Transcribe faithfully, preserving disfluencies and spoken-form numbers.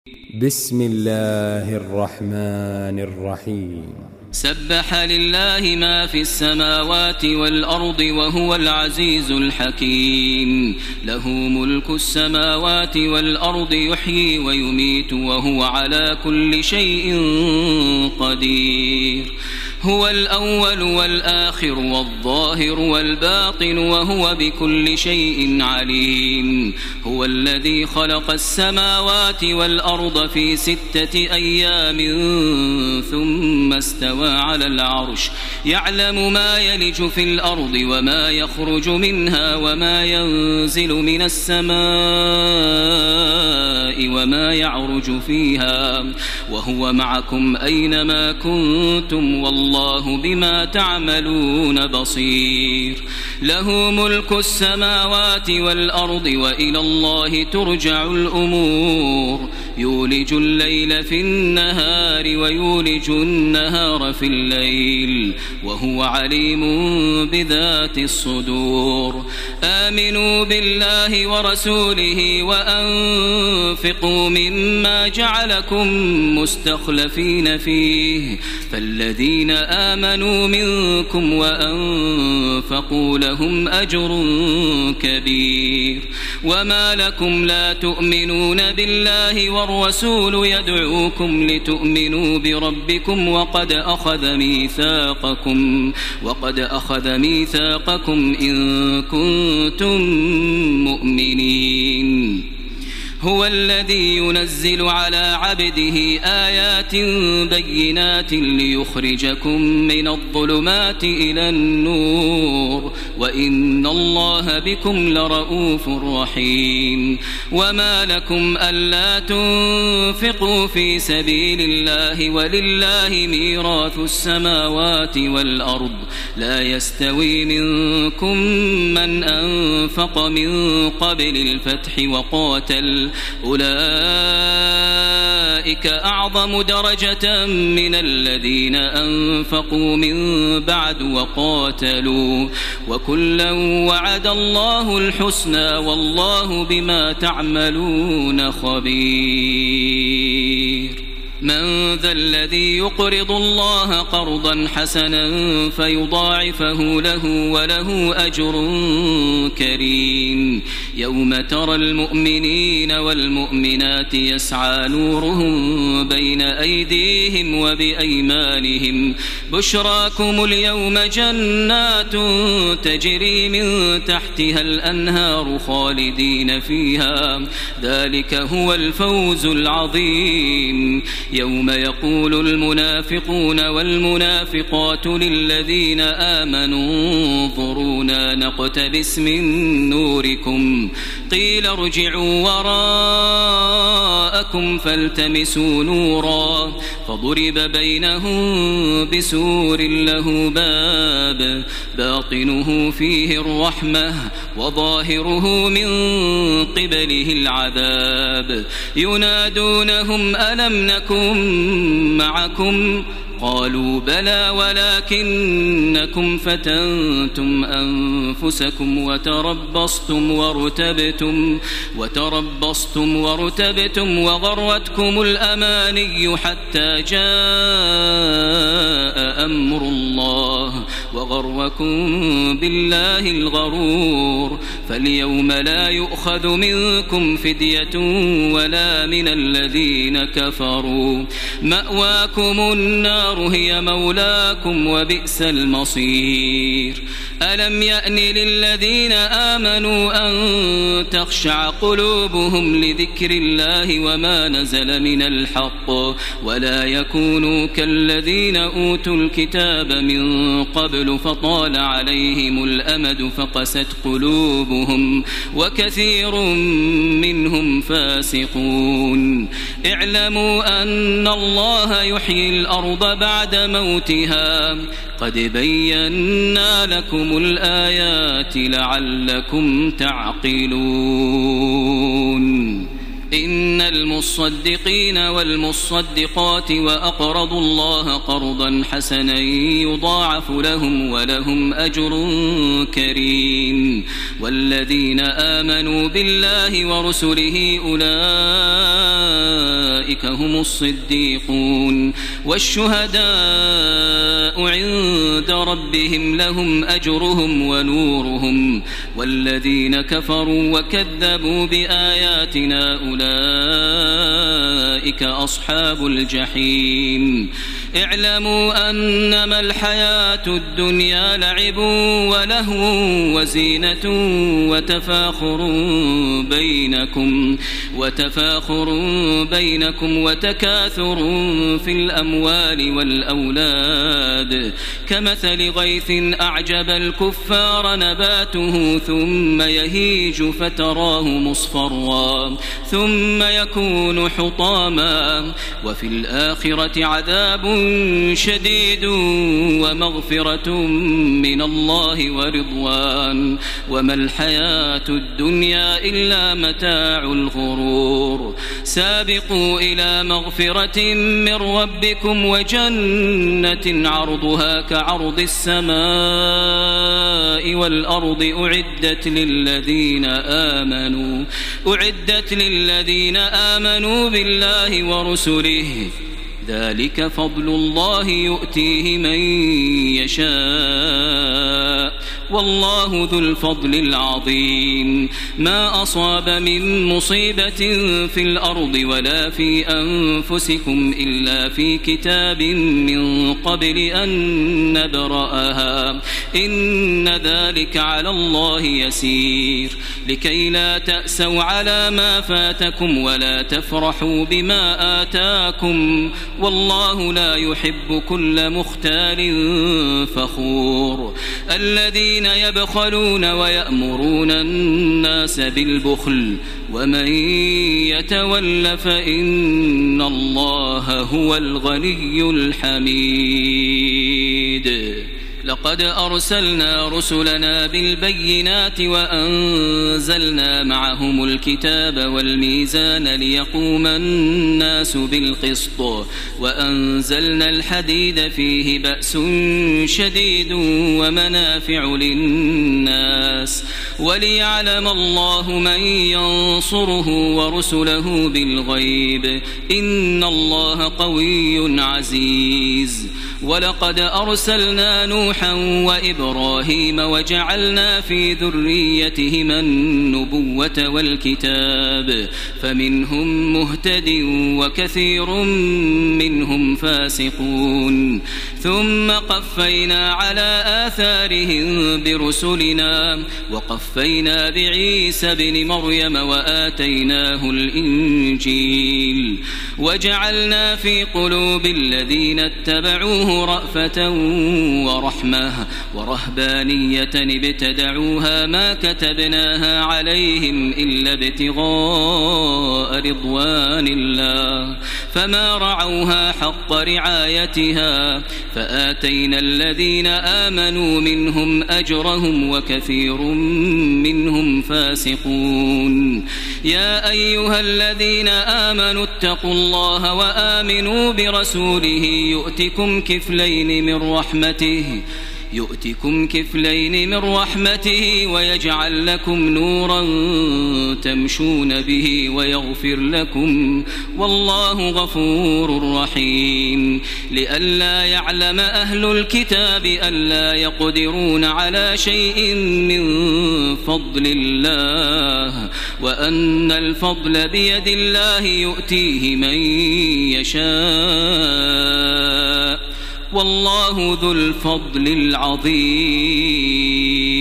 بسم الله الرحمن الرحيم. سبح لله ما في السماوات والأرض وهو العزيز الحكيم. له ملك السماوات والأرض يحيي ويميت وهو على كل شيء قدير. هو الأول والآخر والظاهر والباطن وهو بكل شيء عليم. هو الذي خلق السماوات والأرض في ستة أيام ثم استوى على العرش يعلم ما يلج في الأرض وما يخرج منها وما ينزل من السماء وما يعرج فيها وهو معكم أينما كنتم والله بما تعملون بصير. له ملك السماوات والأرض وإلى الله ترجع الأمور. يولج الليل في النهار ويولج النهار في الليل وهو عليم بذات الصدور. آمنوا بالله ورسوله وأنفقوا مما جعلكم مستخلفين فيه فالذين آمنوا منكم وأنفقوا لهم أجر كبير. وما لكم لا تؤمنون بالله والرسول يدعوكم لتؤمنوا بربكم وقد أخذ ميثاقكم وقد أخذ ميثاقكم إن كنتم مؤمنين. هو الذي ينزل على عبده آيات بينات ليخرجكم من الظلمات إلى النور وإن الله بكم لرؤوف رحيم. وما لكم ألا تنفقوا في سبيل الله ولله ميراث السماوات والأرض لا يستوي منكم من أنفق من قبل الفتح وقاتل أولئك أعظم درجة من الذين أنفقوا من بعد وقاتلوا وكلا وعد الله الحسنى والله بما تعملون خبير. من ذا الذي يقرض الله قرضا حسنا فيضاعفه له وله أجر كريم. يوم ترى المؤمنين والمؤمنات يسعى نورهم بين أيديهم وبأيمانهم بشراكم اليوم جنات تجري من تحتها الأنهار خالدين فيها ذلك هو الفوز العظيم. يوم يقول المنافقون والمنافقات للذين آمنوا انظرونا نقتبس من نوركم قيل ارجعوا وراءكم فالتمسوا نورا فضرب بينهم بسور له باب باطنه فيه الرحمة وظاهره من قبله العذاب. ينادونهم ألم نكن معكم قالوا بلى ولكنكم فتنتم أنفسكم وتربصتم وارتبتم وتربصتم وارتبتم وغرتكم الأماني حتى جاء أمر الله وغركم بالله الغرور. فاليوم لا يؤخذ منكم فدية ولا من الذين كفروا مأواكم النار هي مولاكم وبئس المصير. ألم يأن للذين آمنوا أن تخشع قلوبهم لذكر الله وما نزل من الحق ولا يكونوا كالذين أوتوا الكتاب من قبل فطال عليهم الأمد فقست قلوبهم وكثير منهم فاسقون. اعلموا أن الله يحيي الأرض بعد موتها قد بينا لكم الآيات لعلكم تعقلون. إن المصدقين والمصدقات وأقرضوا الله قرضا حسنا يضاعف لهم ولهم أجر كريم والذين آمنوا بالله ورسله أولئك هم الصديقون والشهداء عند ربهم لهم أجرهم ونورهم والذين كفروا وكذبوا بآياتنا أولئك أصحاب الجحيم اعلموا أنما الحياة الدنيا لعب ولهو وزينة وتفاخر بينكم وتفاخر بينكم وتكاثر في الأموال والأولاد كمثل غيث أعجب الكفار نباته ثم يهيج فتراه مصفرا ثم يكون حطاما وفي الآخرة عذاب شديد ومغفرة من الله ورضوان وما الحياة الدنيا إلا متاع الغرور سابقوا إلى مغفرة من ربكم وجنة عرضها كعرض السماء والأرض أعدت للذين آمنوا أعدت للذين آمنوا بالله ورسله ذلك فضل الله يؤتيه من يشاء والله ذو الفضل العظيم ما أصاب من مصيبة في الأرض ولا في أنفسكم إلا في كتاب من قبل أن نبرأها إن ذلك على الله يسير لكي لا تأسوا على ما فاتكم ولا تفرحوا بما آتاكم والله لا يحب كل مختال فخور الذين يبخلون ويأمرون الناس بالبخل ومن يتول فإن الله هو الغني الحميد لقد أرسلنا رسلنا بالبينات وأنزلنا معهم الكتاب والميزان ليقوم الناس بالقسط وأنزلنا الحديد فيه بأس شديد ومنافع للناس وليعلم الله من ينصره ورسله بالغيب إن الله قوي عزيز ولقد أرسلنا نوحا وإبراهيم وجعلنا في ذريتهما النبوة والكتاب فمنهم مهتد وكثير منهم فاسقون ثم قفينا على آثارهم برسلنا وقفينا بعيسى بن مريم وآتيناه الإنجيل وجعلنا في قلوب الذين اتبعوه رأفة ورحمة ورهبانية ابتدعوها ما كتبناها عليهم إلا ابتغاء رضوان الله فما رعوها حق رعايتها فآتينا الذين آمنوا منهم أجرهم وكثير منهم فاسقون يا أيها الذين آمنوا اتقوا الله وآمنوا برسوله يؤتكم كفلين من رحمته يؤتكم كفلين من رحمته ويجعل لكم نورا تمشون به ويغفر لكم والله غفور رحيم لئلا يعلم أهل الكتاب ألا يقدرون على شيء من فضل الله وأن الفضل بيد الله يؤتيه من يشاء والله ذو الفضل العظيم